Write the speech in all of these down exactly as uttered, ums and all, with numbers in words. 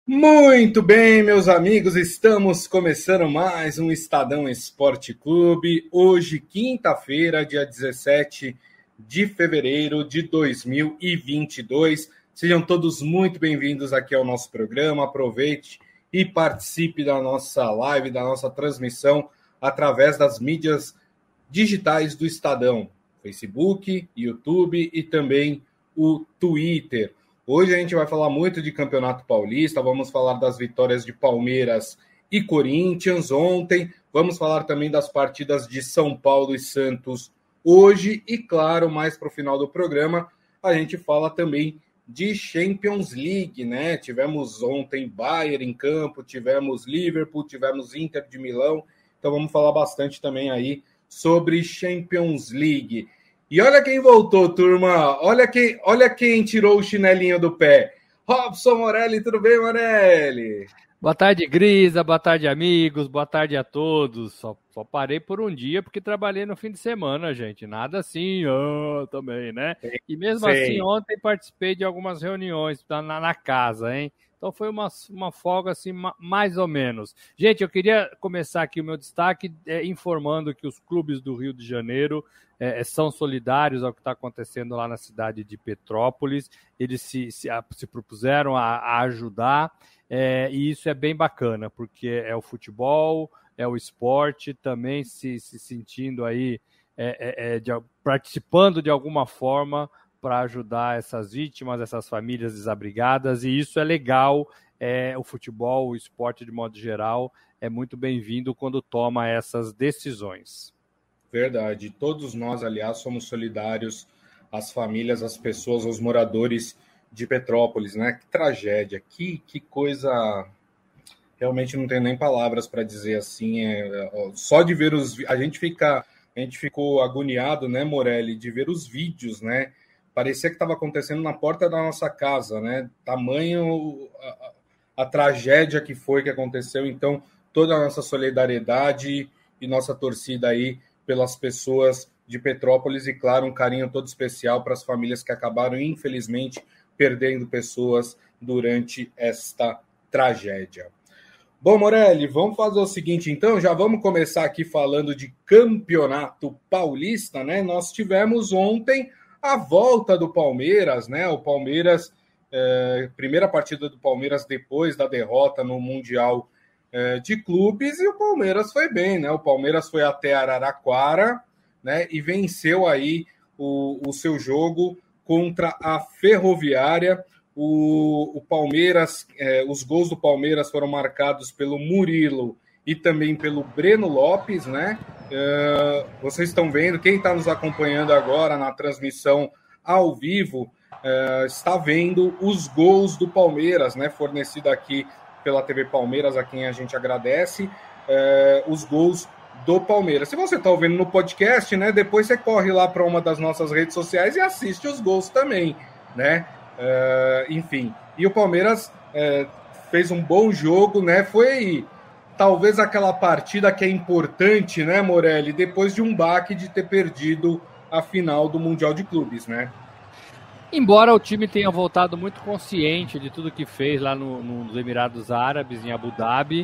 Muito bem, meus amigos, estamos começando mais um Estadão Esporte Clube. Hoje, quinta-feira, dia dezessete de fevereiro de dois mil e vinte e dois. Sejam todos muito bem-vindos aqui ao nosso programa. Aproveite e participe da nossa live, da nossa transmissão através das mídias digitais do Estadão, Facebook, YouTube e também o Twitter. Hoje a gente vai falar muito de Campeonato Paulista, vamos falar das vitórias de Palmeiras e Corinthians ontem, vamos falar também das partidas de São Paulo e Santos hoje e, claro, mais para o final do programa, a gente fala também de Champions League, né? Tivemos ontem Bayern em campo, tivemos Liverpool, tivemos Inter de Milão, então vamos falar bastante também aí sobre Champions League. E olha quem voltou, turma. Olha quem, olha quem tirou o chinelinho do pé. Robson Morelli, tudo bem, Morelli? Boa tarde, Grisa. Boa tarde, amigos. Boa tarde a todos. Só, só parei por um dia porque trabalhei no fim de semana, gente. Nada assim, oh, também, né? E mesmo Sei. assim, ontem participei de algumas reuniões na, na casa, hein? Então foi uma, uma folga assim, mais ou menos. Gente, eu queria começar aqui o meu destaque é, informando que os clubes do Rio de Janeiro é, são solidários ao que está acontecendo lá na cidade de Petrópolis. Eles se, se, se propuseram a, a ajudar é, e isso é bem bacana, porque é o futebol, é o esporte também se, se sentindo aí, é, é, é, de, participando de alguma forma para ajudar essas vítimas, essas famílias desabrigadas, e isso é legal, é, o futebol, o esporte de modo geral, é muito bem-vindo quando toma essas decisões. Verdade, todos nós, aliás, somos solidários às famílias, às pessoas, aos moradores de Petrópolis, né? Que tragédia, que, que coisa, realmente não tenho nem palavras para dizer assim, é, só de ver os, a gente fica, a gente ficou agoniado, né, Morelli, de ver os vídeos, né? Parecia que estava acontecendo na porta da nossa casa, né? Tamanho a, a, a tragédia que foi que aconteceu. Então, toda a nossa solidariedade e nossa torcida aí pelas pessoas de Petrópolis e, claro, um carinho todo especial para as famílias que acabaram, infelizmente, perdendo pessoas durante esta tragédia. Bom, Morelli, vamos fazer o seguinte, então, já vamos começar aqui falando de Campeonato Paulista, né? Nós tivemos ontem a volta do Palmeiras, né? O Palmeiras, é, primeira partida do Palmeiras depois da derrota no Mundial é, de Clubes, e o Palmeiras foi bem, né? O Palmeiras foi até Araraquara, né? E venceu aí o, o seu jogo contra a Ferroviária. O, o Palmeiras, é, os gols do Palmeiras foram marcados pelo Murilo e também pelo Breno Lopes, né? Uh, vocês estão vendo, quem está nos acompanhando agora na transmissão ao vivo, uh, está vendo os gols do Palmeiras, né? Fornecido aqui pela T V Palmeiras, a quem a gente agradece, uh, os gols do Palmeiras. Se você está ouvindo no podcast, né? Depois você corre lá para uma das nossas redes sociais e assiste os gols também, né? Uh, enfim, e o Palmeiras uh, fez um bom jogo, né? Foi talvez aquela partida que é importante, né, Morelli, depois de um baque de ter perdido a final do Mundial de Clubes, né? Embora o time tenha voltado muito consciente de tudo que fez lá no, no, nos Emirados Árabes, em Abu Dhabi,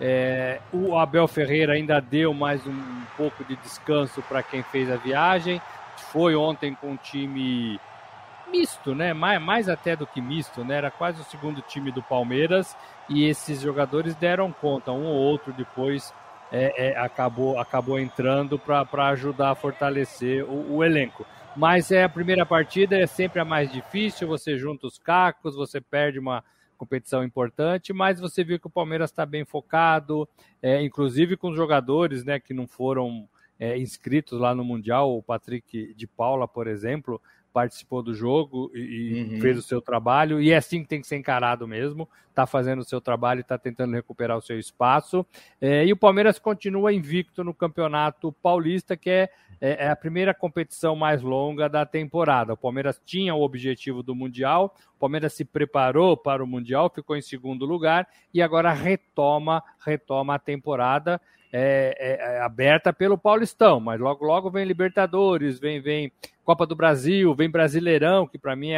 é, o Abel Ferreira ainda deu mais um, um pouco de descanso para quem fez a viagem. Foi ontem com um time misto, né? Mais, mais até do que misto, né? Era quase o segundo time do Palmeiras e esses jogadores deram conta, um ou outro depois é, é, acabou, acabou entrando para ajudar a fortalecer o, o elenco. Mas é a primeira partida, é sempre a mais difícil, você junta os cacos, você perde uma competição importante, mas você viu que o Palmeiras está bem focado, é, inclusive com os jogadores, né, que não foram é, inscritos lá no Mundial, o Patrick de Paula, por exemplo, participou do jogo e uhum. fez o seu trabalho, e é assim que tem que ser encarado mesmo, está fazendo o seu trabalho e está tentando recuperar o seu espaço, é, e o Palmeiras continua invicto no Campeonato Paulista, que é, é a primeira competição mais longa da temporada. O Palmeiras tinha o objetivo do Mundial, o Palmeiras se preparou para o Mundial, ficou em segundo lugar, e agora retoma, retoma a temporada, É, é, é aberta pelo Paulistão, mas logo logo vem Libertadores, vem, vem Copa do Brasil, vem Brasileirão, que para mim é a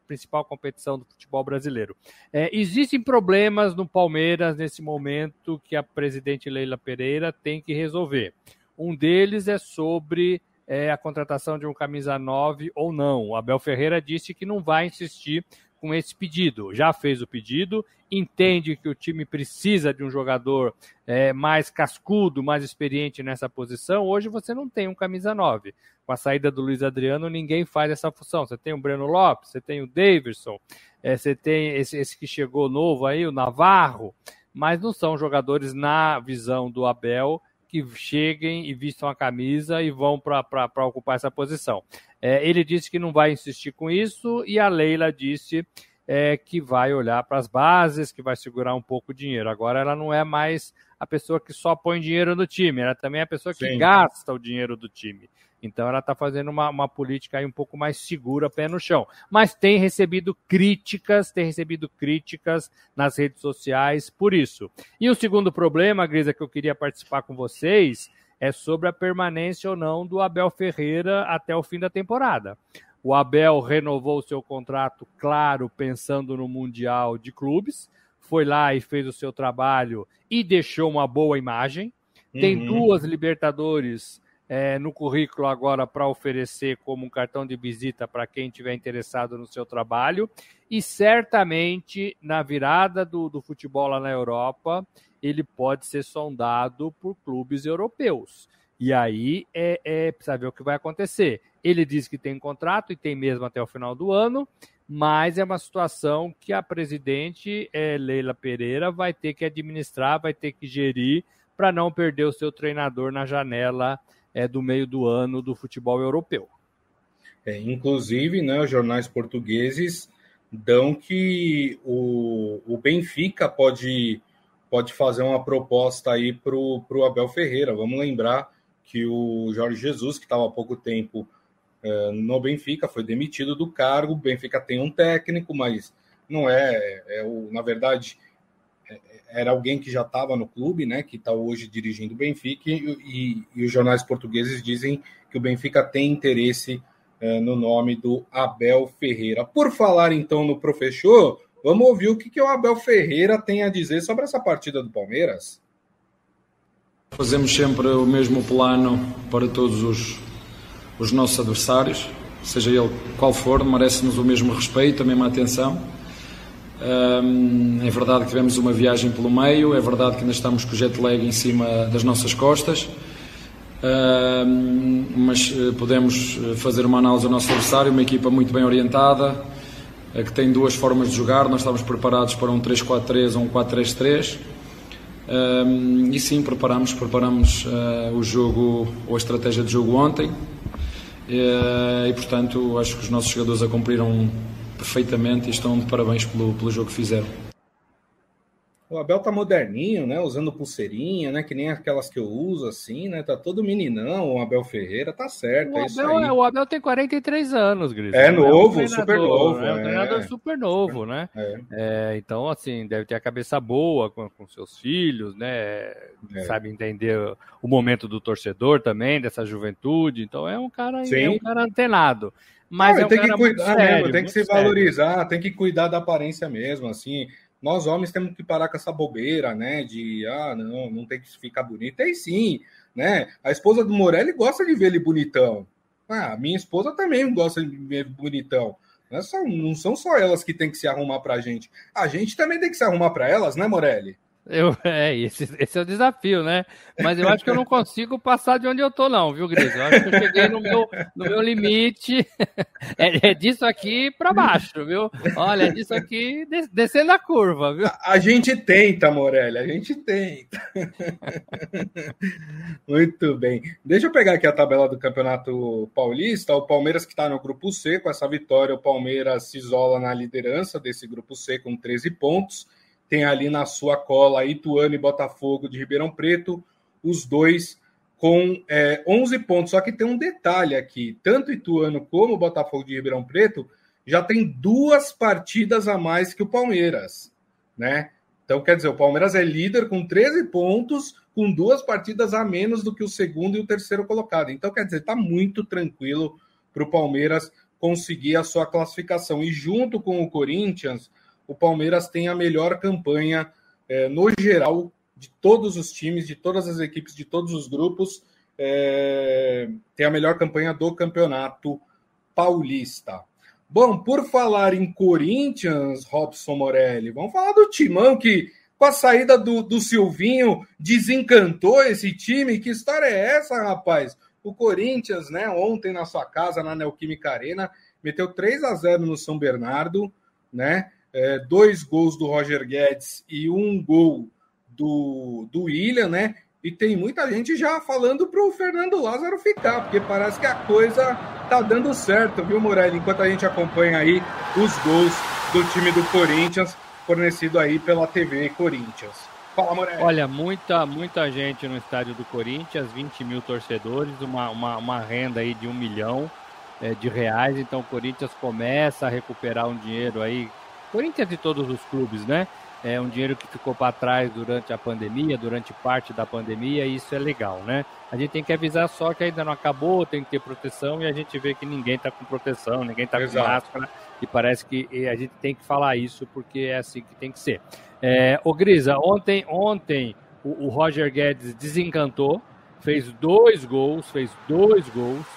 principal competição do futebol brasileiro. É, existem problemas no Palmeiras nesse momento que a presidente Leila Pereira tem que resolver. Um deles é sobre é, a contratação de um camisa nove ou não. O Abel Ferreira disse que não vai insistir com esse pedido. Já fez o pedido, entende que o time precisa de um jogador é, mais cascudo, mais experiente nessa posição. Hoje você não tem um camisa nove. Com a saída do Luiz Adriano, ninguém faz essa função. Você tem o Breno Lopes, você tem o Daverson, é, você tem esse, esse que chegou novo aí, o Navarro, mas não são jogadores, na visão do Abel, que cheguem e vistam a camisa e vão para ocupar essa posição. É, ele disse que não vai insistir com isso e a Leila disse é, que vai olhar para as bases, que vai segurar um pouco o dinheiro. Agora ela não é mais a pessoa que só põe dinheiro no time, ela também é a pessoa que Sim. gasta o dinheiro do time. Então ela está fazendo uma, uma política aí um pouco mais segura, pé no chão. Mas tem recebido críticas, tem recebido críticas nas redes sociais por isso. E o segundo problema, Grisa, que eu queria participar com vocês, é sobre a permanência ou não do Abel Ferreira até o fim da temporada. O Abel renovou o seu contrato, claro, pensando no Mundial de Clubes, foi lá e fez o seu trabalho e deixou uma boa imagem. Uhum. Tem duas Libertadores É, no currículo agora para oferecer como um cartão de visita para quem estiver interessado no seu trabalho e certamente na virada do, do futebol lá na Europa ele pode ser sondado por clubes europeus e aí é, é precisa ver o que vai acontecer. Ele diz que tem contrato e tem mesmo até o final do ano, mas é uma situação que a presidente é, Leila Pereira vai ter que administrar, vai ter que gerir para não perder o seu treinador na janela é do meio do ano do futebol europeu. É, inclusive, né, os jornais portugueses dão que o, o Benfica pode, pode fazer uma proposta aí para o Abel Ferreira. Vamos lembrar que o Jorge Jesus, que estava há pouco tempo é, no Benfica, foi demitido do cargo. O Benfica tem um técnico, mas não é, é o, na verdade... era alguém que já estava no clube, né, que está hoje dirigindo o Benfica, e, e, e os jornais portugueses dizem que o Benfica tem interesse eh, no nome do Abel Ferreira. Por falar, então, no professor, vamos ouvir o que, que o Abel Ferreira tem a dizer sobre essa partida do Palmeiras. Fazemos sempre o mesmo plano para todos os, os nossos adversários, seja ele qual for, merece-nos o mesmo respeito, a mesma atenção. Um, é verdade que tivemos uma viagem pelo meio, é verdade que ainda estamos com o jet lag em cima das nossas costas, um, mas podemos fazer uma análise do nosso adversário, uma equipa muito bem orientada, que tem duas formas de jogar. Nós estamos preparados para um três quatro três ou um quatro três três, um, e sim, preparamos, preparamos uh, o jogo, ou a estratégia de jogo ontem, uh, e portanto acho que os nossos jogadores a cumpriram perfeitamente e estão de parabéns pelo, pelo jogo que fizeram. O Abel tá moderninho, né? Usando pulseirinha, né? Que nem aquelas que eu uso, assim, né? Tá todo meninão, o Abel Ferreira, tá certo, o é isso Abel, aí. O Abel tem quarenta e três anos, Gris. É novo, é um super novo. É um treinador é. super novo, super, né? É. É, então, assim, deve ter a cabeça boa com, com seus filhos, né? É. Sabe entender o momento do torcedor também, dessa juventude. Então, é um cara, é um cara antenado. Mas Não, é um tem cara que cuidar muito sério, mesmo, tem que se sério. valorizar, tem que cuidar da aparência mesmo, assim. Nós homens temos que parar com essa bobeira, né? De, ah, não, não tem que ficar bonito. Tem sim, né? A esposa do Morelli gosta de ver ele bonitão. Ah, minha esposa também gosta de ver bonitão. Não, é só, não são só elas que tem que se arrumar pra gente. A gente também tem que se arrumar pra elas, né, Morelli? Eu, é, esse, esse é o desafio, né? Mas eu acho que eu não consigo passar de onde eu tô, não, viu, Gris? Eu acho que eu cheguei no meu, no meu limite. É, é disso aqui para baixo, viu? Olha, é disso aqui des, descendo a curva, viu? A, a gente tenta, Morelli, a gente tenta. Muito bem. Deixa eu pegar aqui a tabela do Campeonato Paulista. O Palmeiras, que está no grupo C, com essa vitória, o Palmeiras se isola na liderança desse grupo C com treze pontos. Tem ali na sua cola Ituano e Botafogo de Ribeirão Preto, os dois com é, onze pontos. Só que tem um detalhe aqui, tanto Ituano como o Botafogo de Ribeirão Preto já tem duas partidas a mais que o Palmeiras, né? Então, quer dizer, o Palmeiras é líder com treze pontos, com duas partidas a menos do que o segundo e o terceiro colocado. Então, quer dizer, está muito tranquilo para o Palmeiras conseguir a sua classificação. E junto com o Corinthians, o Palmeiras tem a melhor campanha é, no geral de todos os times, de todas as equipes, de todos os grupos, é, tem a melhor campanha do Campeonato Paulista. Bom, por falar em Corinthians, Robson Morelli, vamos falar do Timão que, com a saída do, do Silvinho, desencantou esse time. Que história é essa, rapaz? O Corinthians, né, ontem na sua casa, na Neoquímica Arena, meteu três a zero no São Bernardo, né? É, dois gols do Roger Guedes e um gol do, do William, né? E tem muita gente já falando para o Fernando Lázaro ficar, porque parece que a coisa tá dando certo, viu, Morelli? Enquanto a gente acompanha aí os gols do time do Corinthians, fornecido aí pela T V Corinthians. Fala, Morelli. Olha, muita, muita gente no estádio do Corinthians, vinte mil torcedores, uma, uma, uma renda aí de um milhão é, de reais. Então o Corinthians começa a recuperar um dinheiro aí, Corinthians e todos os clubes, né? É um dinheiro que ficou para trás durante a pandemia, durante parte da pandemia, e isso é legal, né? A gente tem que avisar só que ainda não acabou, tem que ter proteção, e a gente vê que ninguém está com proteção, ninguém está com máscara, e parece que a gente tem que falar isso, porque é assim que tem que ser. É, ô Grisa, ontem, ontem o, o Roger Guedes desencantou, fez dois gols, fez dois gols.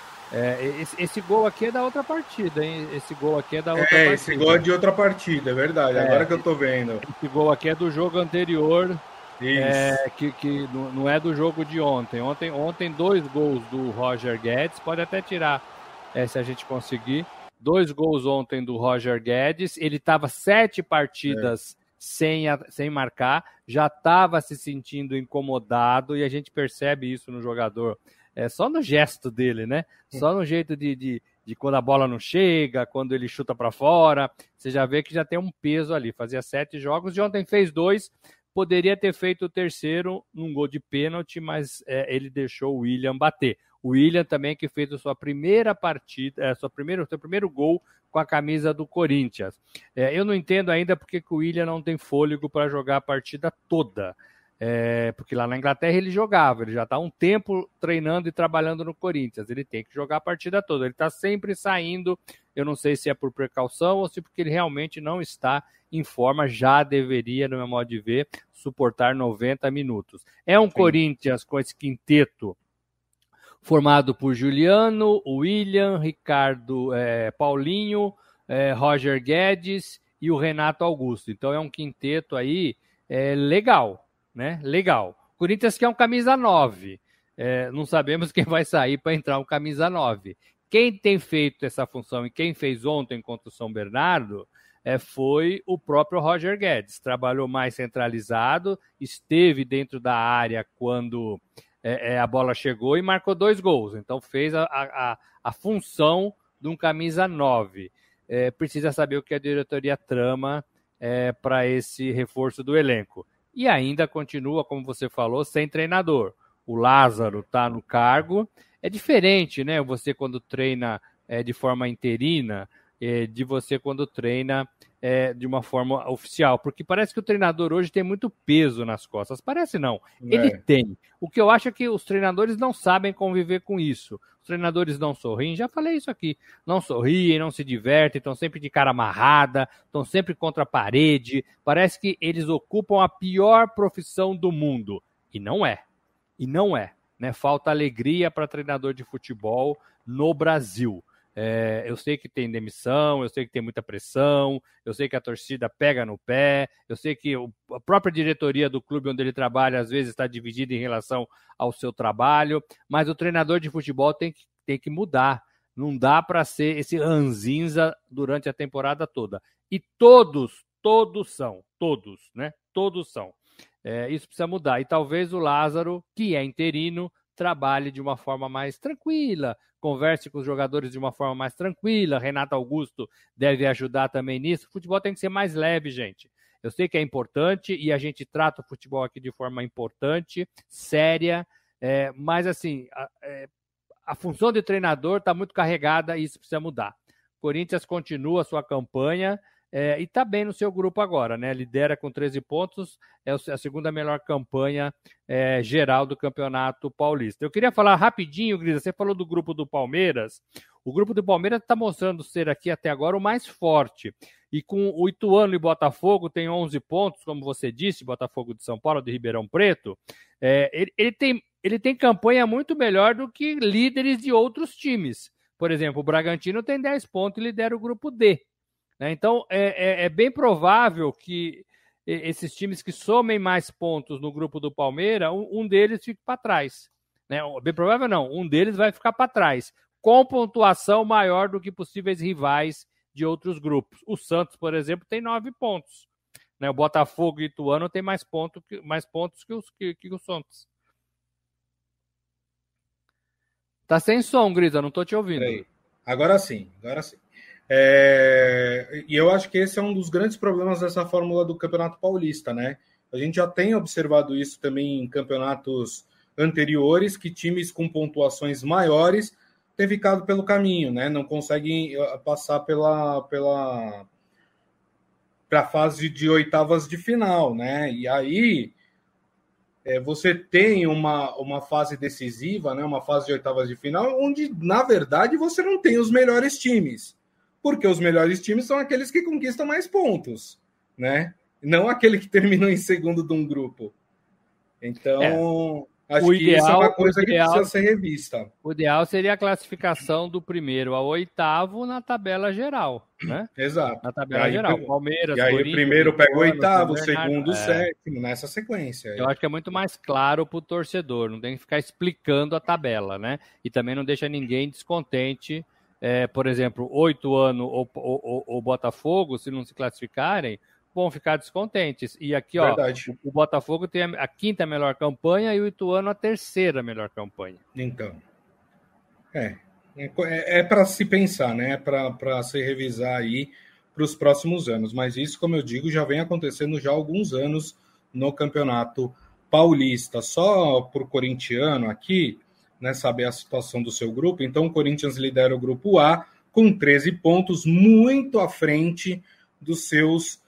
É, esse, esse gol aqui é da outra partida, hein? Esse gol aqui é da outra é, partida. É, esse gol é de outra partida, é verdade. É, agora que eu tô vendo. Esse gol aqui é do jogo anterior, é, que, que não é do jogo de ontem. Ontem, ontem dois gols do Roger Guedes, pode até tirar, é, se a gente conseguir. Dois gols ontem do Roger Guedes, ele estava sete partidas é. sem, a, sem marcar, já estava se sentindo incomodado, e a gente percebe isso no jogador. É só no gesto dele, né? Só no jeito de, de, de quando a bola não chega, quando ele chuta para fora. Você já vê que já tem um peso ali. Fazia sete jogos e ontem fez dois. Poderia ter feito o terceiro num gol de pênalti, mas é, ele deixou o William bater. O William também que fez a sua primeira partida, é, sua primeira, seu primeiro gol com a camisa do Corinthians. É, eu não entendo ainda porque que o William não tem fôlego para jogar a partida toda. É, porque lá na Inglaterra ele jogava, ele já está há um tempo treinando e trabalhando no Corinthians, ele tem que jogar a partida toda, ele está sempre saindo, eu não sei se é por precaução ou se porque ele realmente não está em forma, já deveria, no meu modo de ver, suportar noventa minutos. É um Sim. Corinthians com esse quinteto formado por Juliano, William, Ricardo, é, Paulinho, é, Roger Guedes e o Renato Augusto, então é um quinteto aí é, legal. Né? Legal. Corinthians quer um camisa nove. É, não sabemos quem vai sair para entrar um camisa nove. Quem tem feito essa função e quem fez ontem contra o São Bernardo é, foi o próprio Roger Guedes. Trabalhou mais centralizado, esteve dentro da área quando é, é, a bola chegou e marcou dois gols. Então fez a, a, a função de um camisa nove. É, precisa saber o que a diretoria trama é, para esse reforço do elenco. E ainda continua, como você falou, sem treinador. O Lázaro está no cargo. É diferente, né? Você quando treina é, de forma interina, é, de você quando treina é, de uma forma oficial. Porque parece que o treinador hoje tem muito peso nas costas. Parece não. É. Ele tem. O que eu acho é que os treinadores não sabem conviver com isso. Os treinadores não sorriem. Já falei isso aqui. Não sorriem, não se divertem, estão sempre de cara amarrada, estão sempre contra a parede. Parece que eles ocupam a pior profissão do mundo. E não é. E não é. Né? Falta alegria para treinador de futebol no Brasil. É, eu sei que tem demissão, eu sei que tem muita pressão, eu sei que a torcida pega no pé, eu sei que o, a própria diretoria do clube onde ele trabalha às vezes está dividida em relação ao seu trabalho, mas o treinador de futebol tem que, tem que mudar. Não dá para ser esse ranzinza durante a temporada toda. E todos, todos são, todos, né? Todos são. É, isso precisa mudar. E talvez o Lázaro, que é interino, trabalhe de uma forma mais tranquila, converse com os jogadores de uma forma mais tranquila. Renato Augusto deve ajudar também nisso. O futebol tem que ser mais leve, gente. Eu sei que é importante e a gente trata o futebol aqui de forma importante, séria, é, mas assim, a, é, a função de treinador está muito carregada e isso precisa mudar. Corinthians continua a sua campanha é, e está bem no seu grupo agora, né? Lidera com treze pontos, é a segunda melhor campanha é, geral do Campeonato Paulista. Eu queria falar rapidinho, Grisa, você falou do grupo do Palmeiras. O grupo do Palmeiras está mostrando ser aqui até agora o mais forte. E com o Ituano e Botafogo tem onze pontos, como você disse, Botafogo de São Paulo, de Ribeirão Preto. É, ele, ele, tem, ele tem campanha muito melhor do que líderes de outros times. Por exemplo, o Bragantino tem dez pontos e lidera o grupo D. Né? Então, é, é, é bem provável que esses times que somem mais pontos no grupo do Palmeiras, um, um deles fique para trás. Né? Bem provável não, um deles vai ficar para trás, com pontuação maior do que possíveis rivais de outros grupos. O Santos, por exemplo, tem nove pontos. Né? O Botafogo e Ituano tem mais, ponto que, mais pontos que, os, que, que o Santos. Tá sem som, Grisa, não tô te ouvindo. Peraí. Agora sim, agora sim. É... E eu acho que esse é um dos grandes problemas dessa fórmula do Campeonato Paulista, né? A gente já tem observado isso também em campeonatos anteriores, que times com pontuações maiores têm ficado pelo caminho, né? Não conseguem passar pela, pela para a fase de oitavas de final, né? E aí é, você tem uma, uma fase decisiva, né? Uma fase de oitavas de final, onde, na verdade, você não tem os melhores times. Porque os melhores times são aqueles que conquistam mais pontos, né? Não aquele que terminou em segundo de um grupo. Então... É. Acho o que ideal, isso é uma coisa ideal, que precisa ser revista. O ideal seria a classificação do primeiro ao oitavo na tabela geral, né? Exato. Na tabela aí, geral. Palmeiras, e aí Corinthians, o primeiro pega o oitavo, o Bernardo, segundo o é. sétimo, nessa sequência. Eu acho que é muito mais claro para o torcedor, não tem que ficar explicando a tabela, né? E também não deixa ninguém descontente. É, por exemplo, oito anos ou, ou, ou Botafogo, se não se classificarem, vão ficar descontentes. E aqui, ó, o, o Botafogo tem a, a quinta melhor campanha e o Ituano a terceira melhor campanha. Então, é, é, é para se pensar, né? Para se revisar aí para os próximos anos. Mas isso, como eu digo, já vem acontecendo já há alguns anos no Campeonato Paulista. Só por corintiano aqui, né, saber a situação do seu grupo. Então, o Corinthians lidera o grupo A com treze pontos, muito à frente dos seus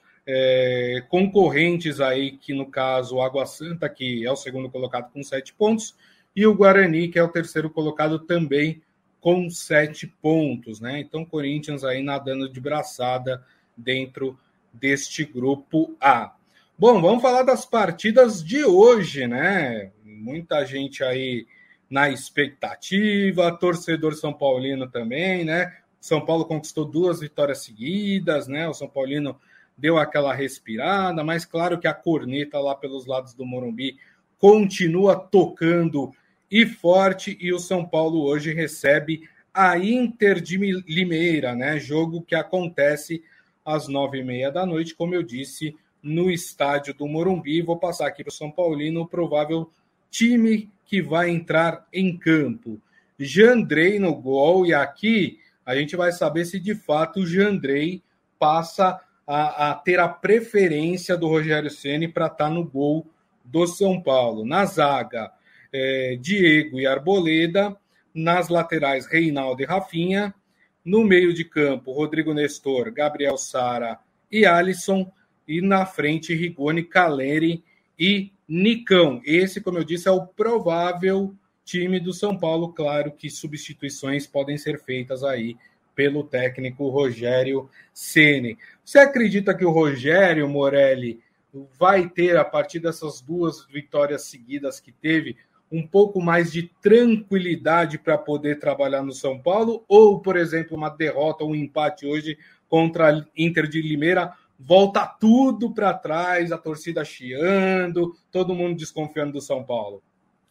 É, concorrentes aí, que no caso o Água Santa, que é o segundo colocado com sete pontos, e o Guarani, que é o terceiro colocado também com sete pontos, né? Então, Corinthians aí nadando de braçada dentro deste grupo A. Bom, vamos falar das partidas de hoje, né? Muita gente aí na expectativa, torcedor São Paulino também, né? São Paulo conquistou duas vitórias seguidas, né? O São Paulino deu aquela respirada, mas claro que a corneta lá pelos lados do Morumbi continua tocando e forte, e o São Paulo hoje recebe a Inter de Limeira, né? Jogo que acontece às nove e meia da noite, como eu disse, no estádio do Morumbi. Vou passar aqui para o São Paulino o provável time que vai entrar em campo. Jandrei no gol, e aqui a gente vai saber se de fato o Jandrei passa A, a ter a preferência do Rogério Ceni para estar no gol do São Paulo. Na zaga, é, Diego e Arboleda. Nas laterais, Reinaldo e Rafinha. No meio de campo, Rodrigo Nestor, Gabriel Sara e Alisson. E na frente, Rigoni, Caleri e Nicão. Esse, como eu disse, é o provável time do São Paulo. Claro que substituições podem ser feitas aí pelo técnico Rogério Ceni. Você acredita que o Rogério Morelli vai ter, a partir dessas duas vitórias seguidas que teve, um pouco mais de tranquilidade para poder trabalhar no São Paulo? Ou, por exemplo, uma derrota, um empate hoje contra a Inter de Limeira, volta tudo para trás, a torcida chiando, todo mundo desconfiando do São Paulo?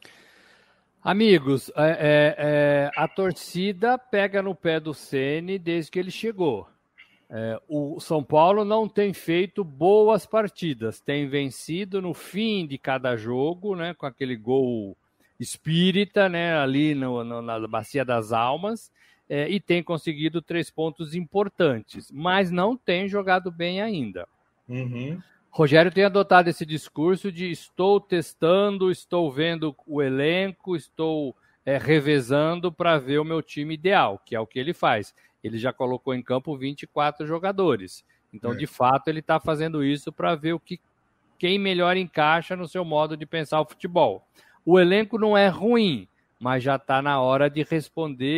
Amigos, é, é, é, a torcida pega no pé do Ceni desde que ele chegou. É, o São Paulo não tem feito boas partidas, tem vencido no fim de cada jogo, né, com aquele gol espírita, né, ali no, no, na Bacia das Almas, é, e tem conseguido três pontos importantes, mas não tem jogado bem ainda. Uhum. Rogério tem adotado esse discurso de estou testando, estou vendo o elenco, estou é, revezando para ver o meu time ideal, que é o que ele faz. Ele já colocou em campo vinte e quatro jogadores. Então, é. de fato, ele está fazendo isso para ver o que, quem melhor encaixa no seu modo de pensar o futebol. O elenco não é ruim, mas já está na hora de responder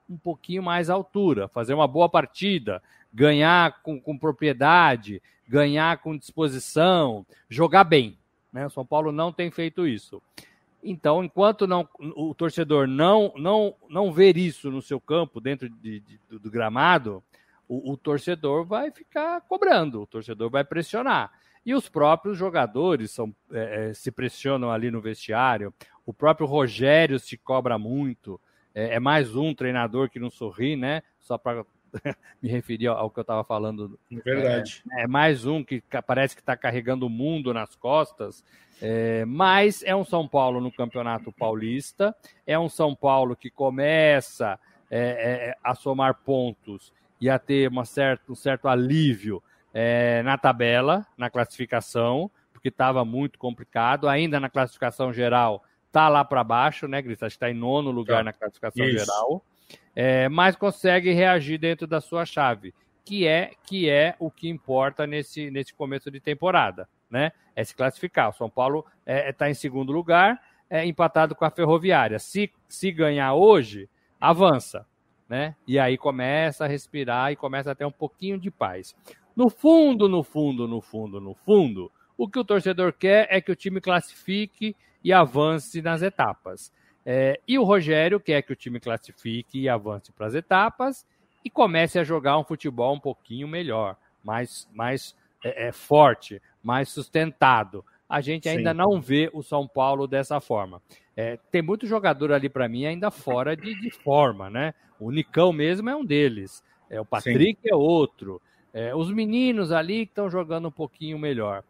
um pouquinho mais à altura, fazer uma boa partida, ganhar com, com propriedade, ganhar com disposição, jogar bem, né? O São Paulo não tem feito isso. Então, enquanto não, o torcedor não, não, não ver isso no seu campo, dentro de, de, do, do gramado, o, o torcedor vai ficar cobrando, o torcedor vai pressionar. E os próprios jogadores são, é, se pressionam ali no vestiário, o próprio Rogério se cobra muito, é, é mais um treinador que não sorri, né? Só para me referir ao que eu estava falando. Verdade. É, é mais um que parece que está carregando o mundo nas costas, é, mas é um São Paulo no Campeonato Paulista, é um São Paulo que começa é, é, a somar pontos e a ter uma certa, um certo alívio é, na tabela, na classificação, porque estava muito complicado, ainda na classificação geral está lá para baixo, né, Gris? Acho que está em nono lugar tá. na classificação Isso. geral. É, mas consegue reagir dentro da sua chave, que é, que é o que importa nesse, nesse começo de temporada, né? É se classificar. O São Paulo está é, tá em segundo lugar, é, empatado com a Ferroviária. Se, se ganhar hoje, avança, né? E aí começa a respirar e começa a ter um pouquinho de paz. No fundo, no fundo, no fundo, no fundo, o que o torcedor quer é que o time classifique e avance nas etapas. É, e o Rogério quer que o time classifique e avance para as etapas e comece a jogar um futebol um pouquinho melhor, mais, mais é, é, forte, mais sustentado. A gente ainda Sim. não vê o São Paulo dessa forma. É, tem muito jogador ali para mim ainda fora de, de forma, né? O Nicão mesmo é um deles, é, o Patrick Sim. é outro. É, os meninos ali que estão jogando um pouquinho melhor.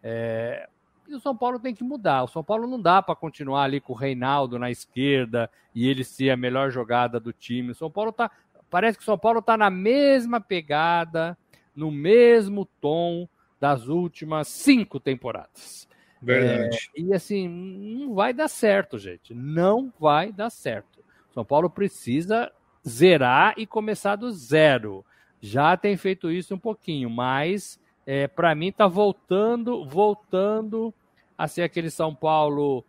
É, E o São Paulo tem que mudar. O São Paulo não dá para continuar ali com o Reinaldo na esquerda e ele ser a melhor jogada do time. O São Paulo tá. Parece que o São Paulo está na mesma pegada, no mesmo tom das últimas cinco temporadas. Verdade. É, e assim, não vai dar certo, gente. Não vai dar certo. O São Paulo precisa zerar e começar do zero. Já tem feito isso um pouquinho, mas. É, para mim está voltando, voltando a ser aquele São Paulo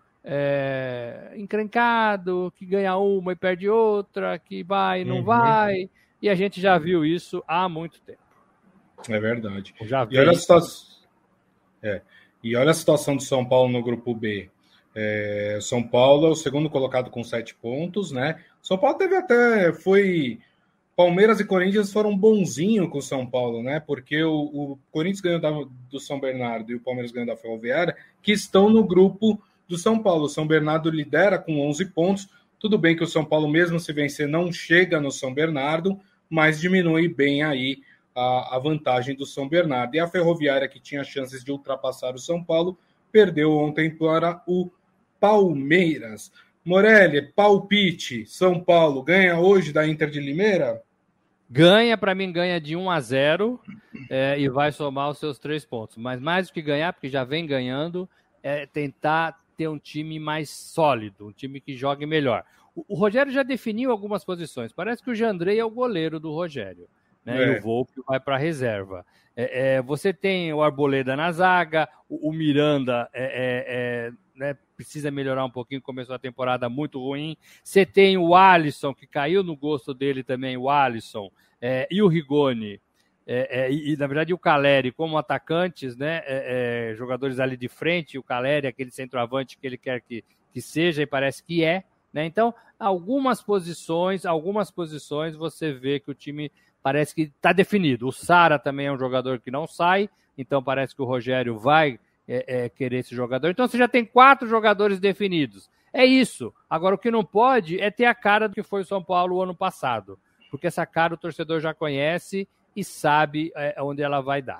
é, encrencado, que ganha uma e perde outra, que vai e não uhum. vai, e a gente já viu isso há muito tempo. É verdade. Já e, olha a situação... é. e olha a situação do São Paulo no grupo B. É, São Paulo é o segundo colocado com sete pontos, né? São Paulo teve até... foi... Palmeiras e Corinthians foram bonzinho com o São Paulo, né? Porque o, o Corinthians ganhou da, do São Bernardo e o Palmeiras ganhou da Ferroviária, que estão no grupo do São Paulo. O São Bernardo lidera com onze pontos. Tudo bem que o São Paulo, mesmo se vencer, não chega no São Bernardo, mas diminui bem aí a, a vantagem do São Bernardo. E a Ferroviária, que tinha chances de ultrapassar o São Paulo, perdeu ontem para o Palmeiras. Morelli, palpite, São Paulo ganha hoje da Inter de Limeira? Ganha, para mim ganha de um a zero é, e vai somar os seus três pontos. Mas mais do que ganhar, porque já vem ganhando, é tentar ter um time mais sólido, um time que jogue melhor. O, o Rogério já definiu algumas posições. Parece que o Jandrei é o goleiro do Rogério, né? É. E o Volpi vai para a reserva. É, é, você tem o Arboleda na zaga, o, o Miranda é, é, é, né, precisa melhorar um pouquinho, começou a temporada muito ruim. Você tem o Alisson, que caiu no gosto dele também, o Alisson, é, e o Rigoni, é, é, e, na verdade o Caleri como atacantes, né, é, é, jogadores ali de frente, o Caleri, aquele centroavante que ele quer que, que seja, e parece que é, né? Então, algumas posições, algumas posições você vê que o time parece que está definido. O Sara também é um jogador que não sai, então parece que o Rogério vai é, é, querer esse jogador. Então você já tem quatro jogadores definidos. É isso. Agora, o que não pode é ter a cara do que foi o São Paulo o ano passado, porque essa cara o torcedor já conhece e sabe é, onde ela vai dar.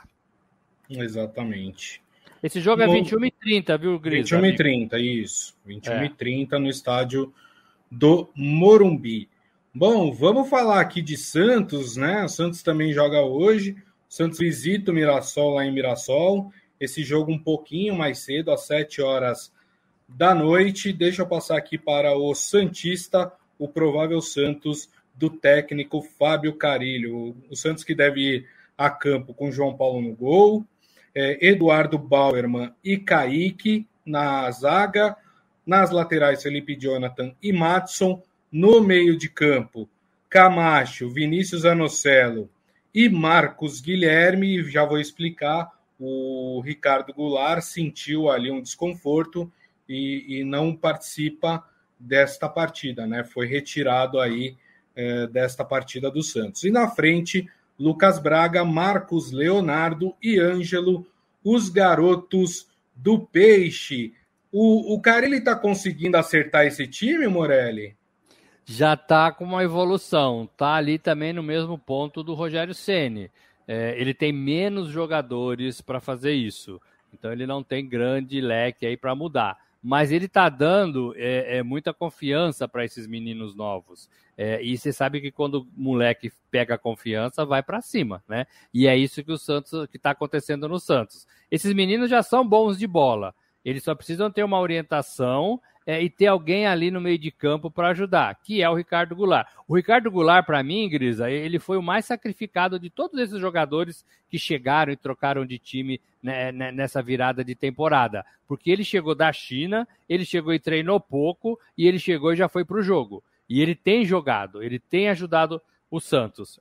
Exatamente. Esse jogo é vinte e uma e trinta, viu, Gris? vinte e uma e trinta, isso. vinte e uma e trinta é. no estádio do Morumbi. Bom, vamos falar aqui de Santos, né? O Santos também joga hoje. O Santos visita o Mirassol lá em Mirassol. Esse jogo um pouquinho mais cedo, às sete horas da noite. Deixa eu passar aqui para o Santista, o provável Santos do técnico Fábio Carrilho. O Santos que deve ir a campo com João Paulo no gol, é, Eduardo Bauerman e Kaique na zaga. Nas laterais, Felipe Jonathan e Maddson. No meio de campo, Camacho, Vinícius Anocelo e Marcos Guilherme. Já vou explicar, o Ricardo Goulart sentiu ali um desconforto e, e não participa desta partida, né? Foi retirado aí é, desta partida do Santos. E na frente, Lucas Braga, Marcos Leonardo e Ângelo, os garotos do Peixe. O, o Carille está conseguindo acertar esse time, Morelli? Já está com uma evolução. Está ali também no mesmo ponto do Rogério Ceni. É, ele tem menos jogadores para fazer isso. Então ele não tem grande leque aí para mudar. Mas ele está dando é, é, muita confiança para esses meninos novos. É, e você sabe que quando o moleque pega confiança, vai para cima, né? E é isso que o Santos, que está acontecendo no Santos. Esses meninos já são bons de bola. Eles só precisam ter uma orientação é, e ter alguém ali no meio de campo para ajudar, que é o Ricardo Goulart. O Ricardo Goulart, para mim, Grisa, ele foi o mais sacrificado de todos esses jogadores que chegaram e trocaram de time, né, nessa virada de temporada. Porque ele chegou da China, ele chegou e treinou pouco, e ele chegou e já foi para o jogo. E ele tem jogado, ele tem ajudado o Santos.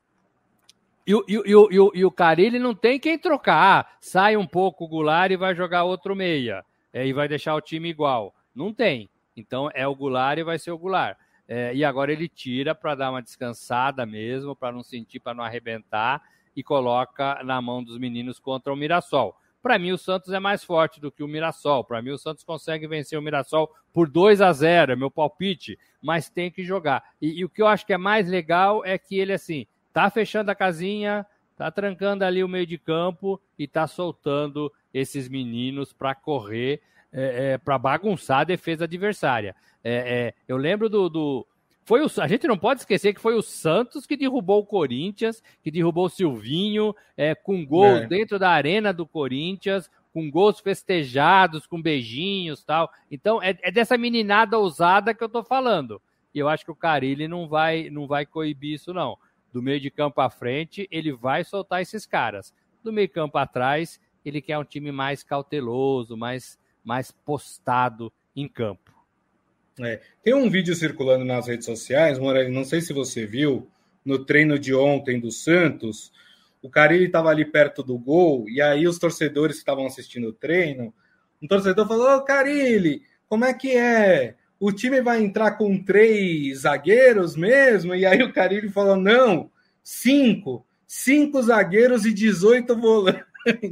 E o, e, o, e, o, e o Carille não tem quem trocar. Ah, sai um pouco o Goulart e vai jogar outro meia. É, e vai deixar o time igual. Não tem. Então é o Goulart e vai ser o Goulart. É, e agora ele tira para dar uma descansada mesmo, para não sentir, para não arrebentar, e coloca na mão dos meninos contra o Mirassol. Para mim o Santos é mais forte do que o Mirassol. Para mim o Santos consegue vencer o Mirassol por dois a zero, é meu palpite, mas tem que jogar. E, e o que eu acho que é mais legal é que ele assim, tá fechando a casinha, tá trancando ali o meio de campo e tá soltando esses meninos para correr, é, é, para bagunçar a defesa adversária. É, é, eu lembro do... do foi o, a gente não pode esquecer que foi o Santos que derrubou o Corinthians, que derrubou o Silvinho, é, com gols é. dentro da arena do Corinthians, com gols festejados, com beijinhos e tal. Então, é, é dessa meninada ousada que eu tô falando. E eu acho que o Carille não vai, não vai coibir isso, não. Do meio de campo à frente, ele vai soltar esses caras. Do meio campo atrás, ele quer um time mais cauteloso, mais, mais postado em campo. É. Tem um vídeo circulando nas redes sociais, Morelli, não sei se você viu, no treino de ontem do Santos, o Carille estava ali perto do gol, e aí os torcedores que estavam assistindo o treino, um torcedor falou, ô Carille, como é que é? O time vai entrar com três zagueiros mesmo? E aí o Carille falou, não, cinco, cinco zagueiros e dezoito volantes.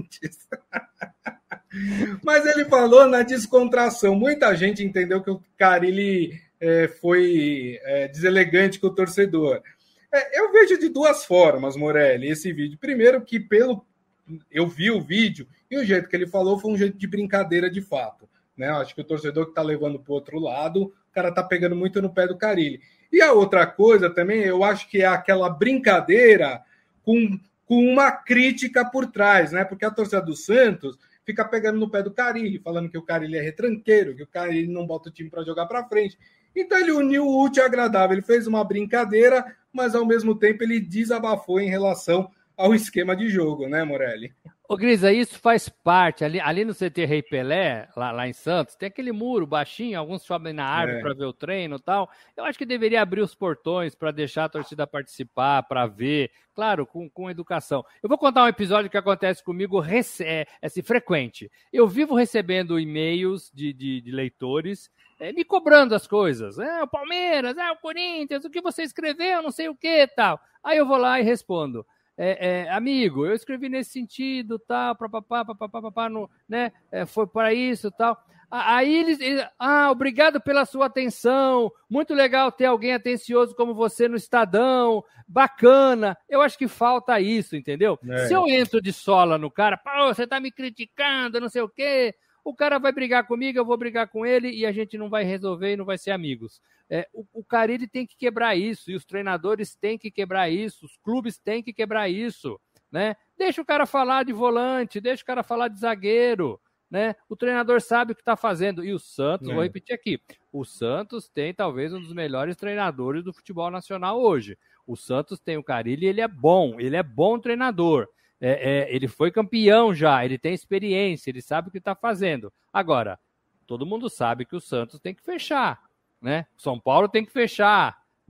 Mas ele falou na descontração. Muita gente entendeu que o Carille é, foi é, deselegante com o torcedor. É, eu vejo de duas formas, Morelli, esse vídeo. Primeiro que pelo eu vi o vídeo e o jeito que ele falou foi um jeito de brincadeira de fato. Né? Eu acho que o torcedor que está levando para o outro lado, o cara está pegando muito no pé do Carille. E a outra coisa também, eu acho que é aquela brincadeira com, com uma crítica por trás, né? Porque a torcida do Santos fica pegando no pé do Carille, falando que o Carille é retranqueiro, que o Carille não bota o time para jogar para frente. Então ele uniu o útil ao agradável, ele fez uma brincadeira, mas ao mesmo tempo ele desabafou em relação ao esquema de jogo, né, Morelli? Ô, Grisa, isso faz parte. Ali, ali no C T Rei Pelé, lá, lá em Santos, tem aquele muro baixinho, alguns sobem na árvore é. para ver o treino e tal. Eu acho que deveria abrir os portões para deixar a torcida participar, para ver, claro, com, com educação. Eu vou contar um episódio que acontece comigo rece- é, assim, frequente. Eu vivo recebendo e-mails de, de, de leitores é, me cobrando as coisas. É, o Palmeiras, é, o Corinthians, o que você escreveu, não sei o que e tal. Aí eu vou lá e respondo. É, é, amigo, eu escrevi nesse sentido, tal, papapá, papapá, papapá, no, né, é, foi para isso, tal. Aí eles, eles, ah, obrigado pela sua atenção, muito legal ter alguém atencioso como você no Estadão, bacana. Eu acho que falta isso, entendeu? É. Se eu entro de sola no cara, pô, você tá me criticando, não sei o quê, o cara vai brigar comigo, eu vou brigar com ele e a gente não vai resolver e não vai ser amigos. É, o, o Carille tem que quebrar isso, e os treinadores têm que quebrar isso, os clubes têm que quebrar isso, né? Deixa o cara falar de volante, deixa o cara falar de zagueiro, né? O treinador sabe o que está fazendo. E o Santos, é. vou repetir aqui, o Santos tem talvez um dos melhores treinadores do futebol nacional hoje. O Santos tem o Carille e ele é bom, ele é bom treinador. É, é, ele foi campeão já, ele tem experiência, ele sabe o que está fazendo. Agora, todo mundo sabe que o Santos tem que fechar, né? São Paulo tem que fechar, né?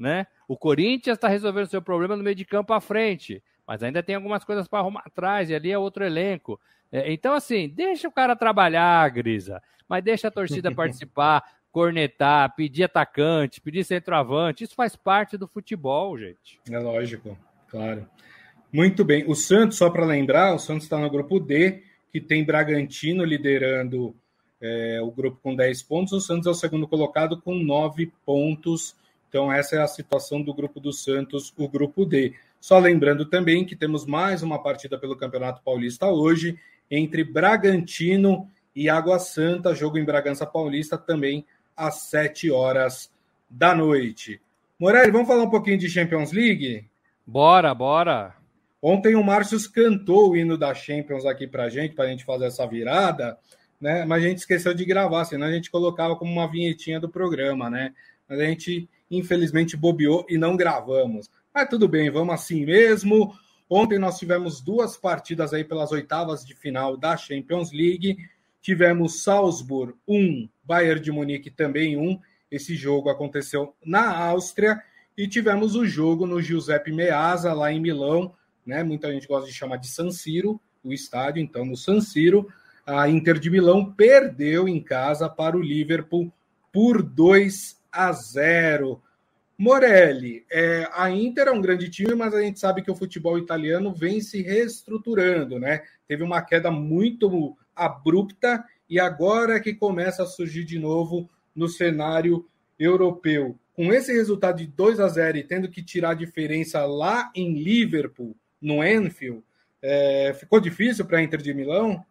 O Corinthians está resolvendo o seu problema no meio de campo à frente, mas ainda tem algumas coisas para arrumar atrás, e ali é outro elenco. É, então, assim, deixa o cara trabalhar, Grisa, mas deixa a torcida participar, cornetar, pedir atacante, pedir centroavante. Isso faz parte do futebol, gente. É lógico, claro. Muito bem. O Santos, só para lembrar, o Santos está no grupo D, que tem Bragantino liderando é, o grupo com dez pontos. O Santos é o segundo colocado com nove pontos. Então, essa é a situação do grupo do Santos, o grupo D. Só lembrando também que temos mais uma partida pelo Campeonato Paulista hoje, entre Bragantino e Água Santa, jogo em Bragança Paulista, também às sete horas da noite. Morelli, vamos falar um pouquinho de Champions League? Bora, bora! Ontem o Márcios cantou o hino da Champions aqui pra gente, pra gente fazer essa virada, né? Mas a gente esqueceu de gravar, senão a gente colocava como uma vinhetinha do programa, né? Mas a gente, infelizmente, bobeou e não gravamos. Mas tudo bem, vamos assim mesmo. Ontem nós tivemos duas partidas aí pelas oitavas de final da Champions League. Tivemos Salzburg um, Bayern de Munique também um. Esse jogo aconteceu na Áustria. E tivemos o jogo no Giuseppe Meazza, lá em Milão, né? Muita gente gosta de chamar de San Siro, o estádio. Então, no San Siro, a Inter de Milão perdeu em casa para o Liverpool por dois a zero. Morelli, é, a Inter é um grande time, mas a gente sabe que o futebol italiano vem se reestruturando, né? Teve uma queda muito abrupta e agora que começa a surgir de novo no cenário europeu. Com esse resultado de dois a zero e tendo que tirar a diferença lá em Liverpool, no Anfield, é, ficou difícil para a Inter de Milão?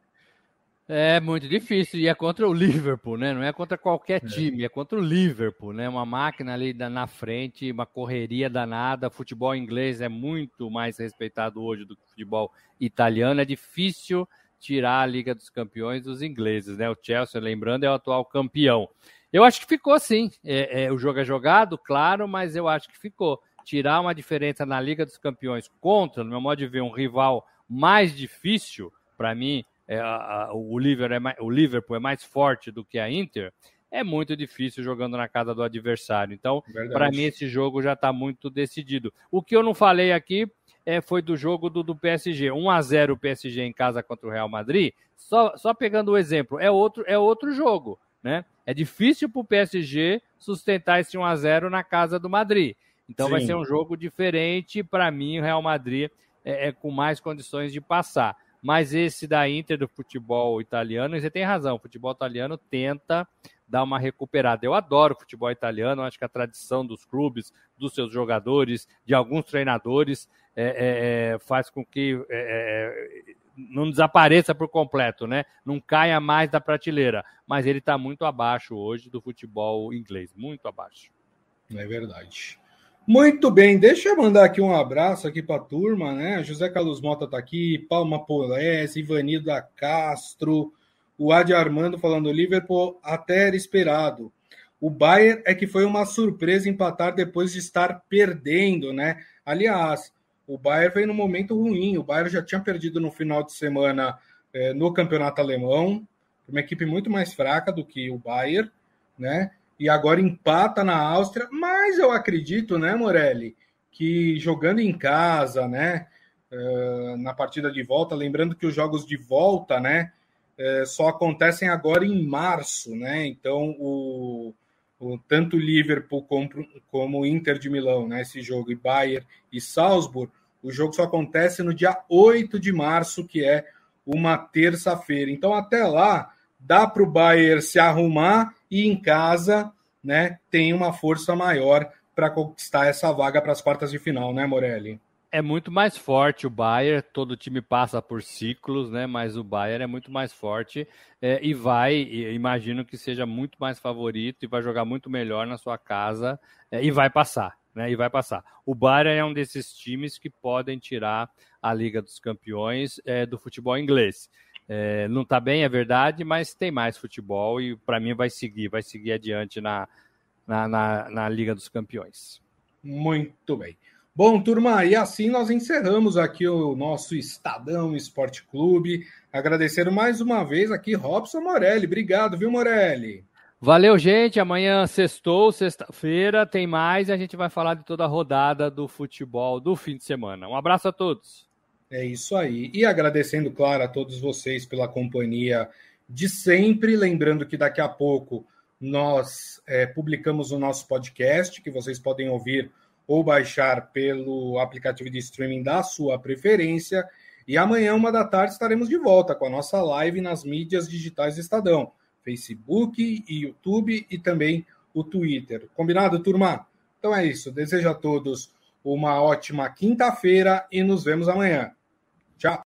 É muito difícil, e é contra o Liverpool, né? Não é contra qualquer time, é, é contra o Liverpool, né? Uma máquina ali na frente, uma correria danada. O futebol inglês é muito mais respeitado hoje do que o futebol italiano. É difícil tirar a Liga dos Campeões dos ingleses, né? O Chelsea, lembrando, é o atual campeão. Eu acho que ficou sim. É, é, o jogo é jogado, claro, mas eu acho que ficou. Tirar uma diferença na Liga dos Campeões contra, no meu modo de ver, um rival mais difícil, para mim, É, a, a, o, Liverpool é mais, o Liverpool é mais forte do que a Inter, é muito difícil jogando na casa do adversário. Então, para mim, esse jogo já está muito decidido. O que eu não falei aqui é, foi do jogo do, do P S G. um a zero o P S G em casa contra o Real Madrid. Só, só pegando o exemplo, é outro, é outro jogo, né? É difícil para o P S G sustentar esse um a zero na casa do Madrid. Então, Sim. vai ser um jogo diferente. Para mim, o Real Madrid é, é com mais condições de passar. Mas esse da Inter, do futebol italiano, e você tem razão, o futebol italiano tenta dar uma recuperada. Eu adoro o futebol italiano, acho que a tradição dos clubes, dos seus jogadores, de alguns treinadores, é, é, faz com que é, não desapareça por completo, né? Não caia mais da prateleira. Mas ele está muito abaixo hoje do futebol inglês, muito abaixo. É verdade. Muito bem, deixa eu mandar aqui um abraço aqui para a turma, né? José Carlos Mota está aqui, Palma Polese, Ivanilda Castro, o Adi Armando falando, Liverpool até era esperado. O Bayern é que foi uma surpresa empatar depois de estar perdendo, né? Aliás, o Bayern veio num momento ruim, o Bayern já tinha perdido no final de semana eh, no campeonato alemão, uma equipe muito mais fraca do que o Bayern, né? E agora empata na Áustria, mas eu acredito, né, Morelli, que jogando em casa, né, uh, na partida de volta, lembrando que os jogos de volta, né, uh, só acontecem agora em março, né, então o, o, tanto o Liverpool como, como o Inter de Milão, né, esse jogo, e Bayern e Salzburg, o jogo só acontece no dia oito de março, que é uma terça-feira. Então, até lá, dá para o Bayern se arrumar e em casa, né, tem uma força maior para conquistar essa vaga para as quartas de final, né, Morelli? É muito mais forte o Bayern, todo time passa por ciclos, né, mas o Bayern é muito mais forte é, e vai, imagino que seja muito mais favorito e vai jogar muito melhor na sua casa é, e vai passar, né, e vai passar. O Bayern é um desses times que podem tirar a Liga dos Campeões é, do futebol inglês. É, não está bem, é verdade, mas tem mais futebol e para mim vai seguir, vai seguir adiante na, na, na, na Liga dos Campeões. Muito bem. Bom, turma, e assim nós encerramos aqui o nosso Estadão Esporte Clube. Agradecer mais uma vez aqui Robson Morelli. Obrigado, viu, Morelli? Valeu, gente. Amanhã sextou, sexta-feira, tem mais e a gente vai falar de toda a rodada do futebol do fim de semana. Um abraço a todos. É isso aí. E agradecendo, claro, a todos vocês pela companhia de sempre. Lembrando que daqui a pouco nós é, publicamos o nosso podcast, que vocês podem ouvir ou baixar pelo aplicativo de streaming da sua preferência. E amanhã, uma da tarde, estaremos de volta com a nossa live nas mídias digitais do Estadão. Facebook e YouTube e também o Twitter. Combinado, turma? Então é isso. Desejo a todos uma ótima quinta-feira e nos vemos amanhã. Tchau.